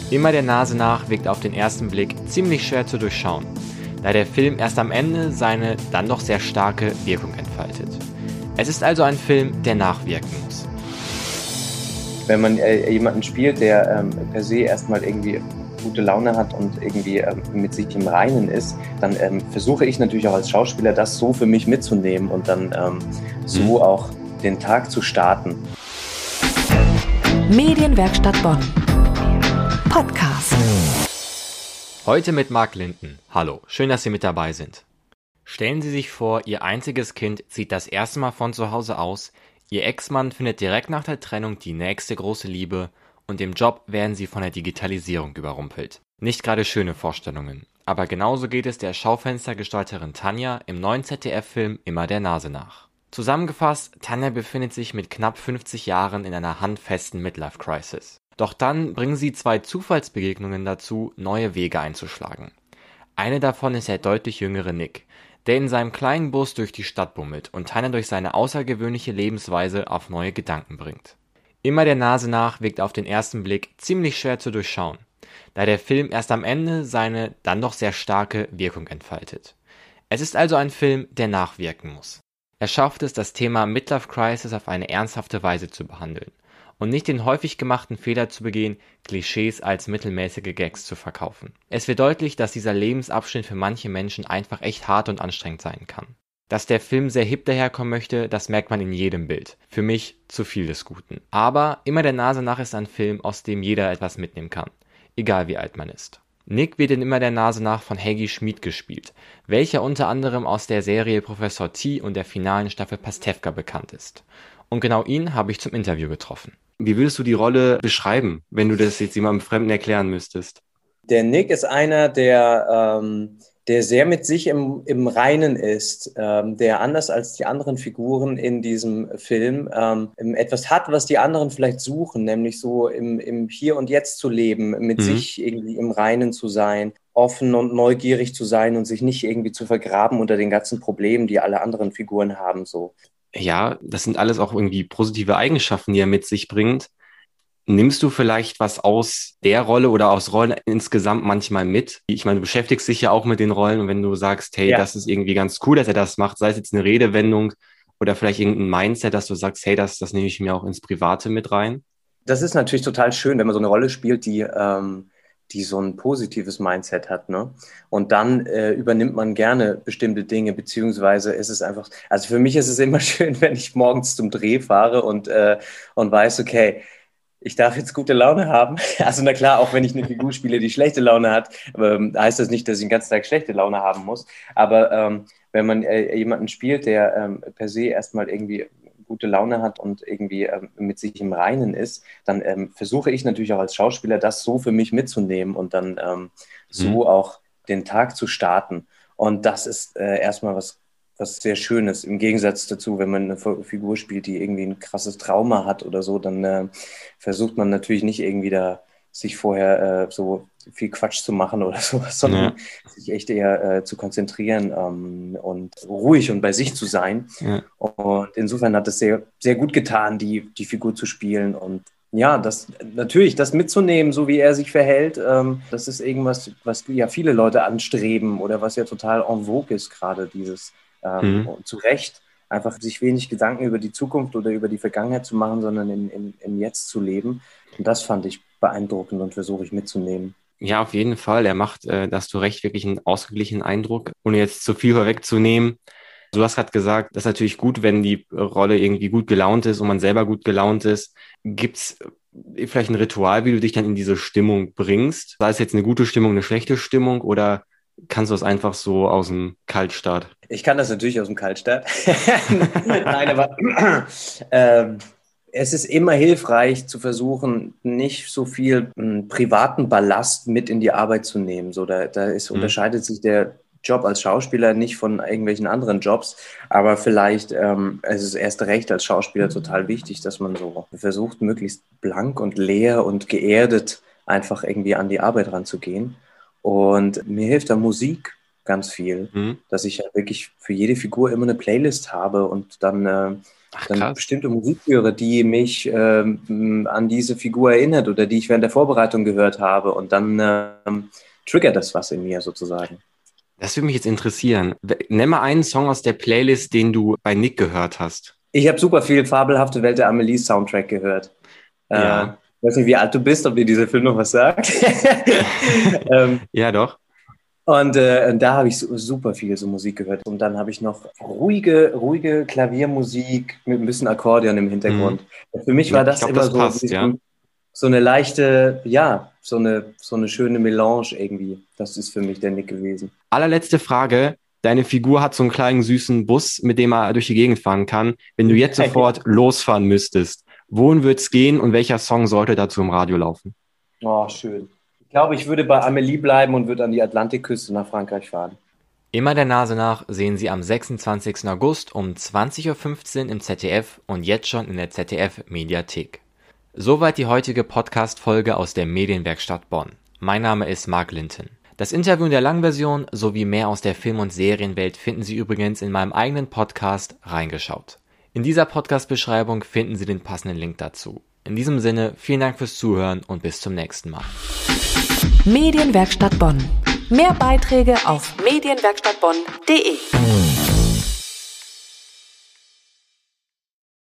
Immer der Nase nach wirkt auf den ersten Blick ziemlich schwer zu durchschauen, da der Film erst am Ende seine dann doch sehr starke Wirkung entfaltet. Es ist also ein Film, der nachwirken muss. Wenn man jemanden spielt, der per se erstmal irgendwie gute Laune hat und irgendwie mit sich im Reinen ist, dann versuche ich natürlich auch als Schauspieler, das so für mich mitzunehmen und dann so auch den Tag zu starten. Medienwerkstatt Bonn. Podcast. Heute mit Marc Linden. Hallo, schön, dass Sie mit dabei sind. Stellen Sie sich vor, Ihr einziges Kind zieht das erste Mal von zu Hause aus, Ihr Ex-Mann findet direkt nach der Trennung die nächste große Liebe und im Job werden Sie von der Digitalisierung überrumpelt. Nicht gerade schöne Vorstellungen, aber genauso geht es der Schaufenstergestalterin Tanja im neuen ZDF-Film Immer der Nase nach. Zusammengefasst, Tanja befindet sich mit knapp 50 Jahren in einer handfesten Midlife-Crisis. Doch dann bringen sie zwei Zufallsbegegnungen dazu, neue Wege einzuschlagen. Eine davon ist der deutlich jüngere Nick, der in seinem kleinen Bus durch die Stadt bummelt und Tanja durch seine außergewöhnliche Lebensweise auf neue Gedanken bringt. Immer der Nase nach wirkt auf den ersten Blick ziemlich schwer zu durchschauen, da der Film erst am Ende seine dann doch sehr starke Wirkung entfaltet. Es ist also ein Film, der nachwirken muss. Er schafft es, das Thema Midlife Crisis auf eine ernsthafte Weise zu behandeln und nicht den häufig gemachten Fehler zu begehen, Klischees als mittelmäßige Gags zu verkaufen. Es wird deutlich, dass dieser Lebensabschnitt für manche Menschen einfach echt hart und anstrengend sein kann. Dass der Film sehr hip daherkommen möchte, das merkt man in jedem Bild. Für mich zu viel des Guten. Aber Immer der Nase nach ist ein Film, aus dem jeder etwas mitnehmen kann. Egal wie alt man ist. Nick wird in Immer der Nase nach von Helgi Schmid gespielt, welcher unter anderem aus der Serie Professor T und der finalen Staffel Pastewka bekannt ist. Und genau ihn habe ich zum Interview getroffen. Wie würdest du die Rolle beschreiben, wenn du das jetzt jemandem Fremden erklären müsstest? Der Nick ist einer, der sehr mit sich im Reinen ist, der anders als die anderen Figuren in diesem Film etwas hat, was die anderen vielleicht suchen, nämlich so im Hier und Jetzt zu leben, mit sich irgendwie im Reinen zu sein, offen und neugierig zu sein und sich nicht irgendwie zu vergraben unter den ganzen Problemen, die alle anderen Figuren haben, so. Ja, das sind alles auch irgendwie positive Eigenschaften, die er mit sich bringt. Nimmst du vielleicht was aus der Rolle oder aus Rollen insgesamt manchmal mit? Ich meine, du beschäftigst dich ja auch mit den Rollen und wenn du sagst, hey, das ist irgendwie ganz cool, dass er das macht, sei es jetzt eine Redewendung oder vielleicht irgendein Mindset, dass du sagst, hey, das nehme ich mir auch ins Private mit rein. Das ist natürlich total schön, wenn man so eine Rolle spielt, die so ein positives Mindset hat, ne? Und dann übernimmt man gerne bestimmte Dinge, beziehungsweise ist es einfach, also für mich ist es immer schön, wenn ich morgens zum Dreh fahre und weiß, okay, ich darf jetzt gute Laune haben. Also na klar, auch wenn ich eine Figur spiele, die schlechte Laune hat, heißt das nicht, dass ich den ganzen Tag schlechte Laune haben muss. Aber wenn man jemanden spielt, der per se erstmal irgendwie gute Laune hat und irgendwie mit sich im Reinen ist, dann versuche ich natürlich auch als Schauspieler, das so für mich mitzunehmen und dann so auch den Tag zu starten. Und das ist erstmal was sehr Schönes. Im Gegensatz dazu, wenn man eine Figur spielt, die irgendwie ein krasses Trauma hat oder so, dann versucht man natürlich nicht irgendwie da sich vorher so viel Quatsch zu machen oder sowas, sondern sich echt eher zu konzentrieren und ruhig und bei sich zu sein. Ja. Und insofern hat es sehr, sehr gut getan, die Figur zu spielen und ja, das mitzunehmen, so wie er sich verhält, das ist irgendwas, was ja viele Leute anstreben oder was ja total en vogue ist, gerade dieses zu Recht, einfach sich wenig Gedanken über die Zukunft oder über die Vergangenheit zu machen, sondern im Jetzt zu leben. Und das fand ich beeindruckend und versuche ich mitzunehmen. Ja, auf jeden Fall. Er macht, da hast du recht, wirklich einen ausgeglichenen Eindruck, ohne jetzt zu viel vorwegzunehmen. Du hast gerade gesagt, das ist natürlich gut, wenn die Rolle irgendwie gut gelaunt ist und man selber gut gelaunt ist. Gibt's vielleicht ein Ritual, wie du dich dann in diese Stimmung bringst? Sei es jetzt eine gute Stimmung, eine schlechte Stimmung oder kannst du das einfach so aus dem Kaltstart? Ich kann das natürlich aus dem Kaltstart. Nein, aber es ist immer hilfreich zu versuchen, nicht so viel privaten Ballast mit in die Arbeit zu nehmen. So, unterscheidet sich der Job als Schauspieler nicht von irgendwelchen anderen Jobs, aber vielleicht es ist erst recht als Schauspieler total wichtig, dass man so versucht, möglichst blank und leer und geerdet einfach irgendwie an die Arbeit ranzugehen. Und mir hilft da Musik ganz viel, dass ich ja wirklich für jede Figur immer eine Playlist habe und dann dann bestimmte Musik höre, die mich an diese Figur erinnert oder die ich während der Vorbereitung gehört habe und dann triggert das was in mir sozusagen. Das würde mich jetzt interessieren. Nenn mal einen Song aus der Playlist, den du bei Nick gehört hast. Ich habe super viel Fabelhafte Welt der Amelie Soundtrack gehört. Ja. Ich weiß nicht, wie alt du bist, ob dir dieser Film noch was sagt. Ja, doch. Und da habe ich super viel so Musik gehört. Und dann habe ich noch ruhige Klaviermusik mit ein bisschen Akkordeon im Hintergrund. Für mich war das immer so, passt, so eine leichte, so eine schöne Melange irgendwie. Das ist für mich der Nick gewesen. Allerletzte Frage. Deine Figur hat so einen kleinen süßen Bus, mit dem er durch die Gegend fahren kann. Wenn du jetzt sofort losfahren müsstest, wohin wird's gehen und welcher Song sollte dazu im Radio laufen? Oh, schön. Ich glaube, ich würde bei Amelie bleiben und würde an die Atlantikküste nach Frankreich fahren. Immer der Nase nach sehen Sie am 26. August um 20.15 Uhr im ZDF und jetzt schon in der ZDF-Mediathek. Soweit die heutige Podcast-Folge aus der Medienwerkstatt Bonn. Mein Name ist Mark Linton. Das Interview in der Langversion sowie mehr aus der Film- und Serienwelt finden Sie übrigens in meinem eigenen Podcast Reingeschaut. In dieser Podcast-Beschreibung finden Sie den passenden Link dazu. In diesem Sinne, vielen Dank fürs Zuhören und bis zum nächsten Mal. Medienwerkstatt Bonn. Mehr Beiträge auf medienwerkstattbonn.de.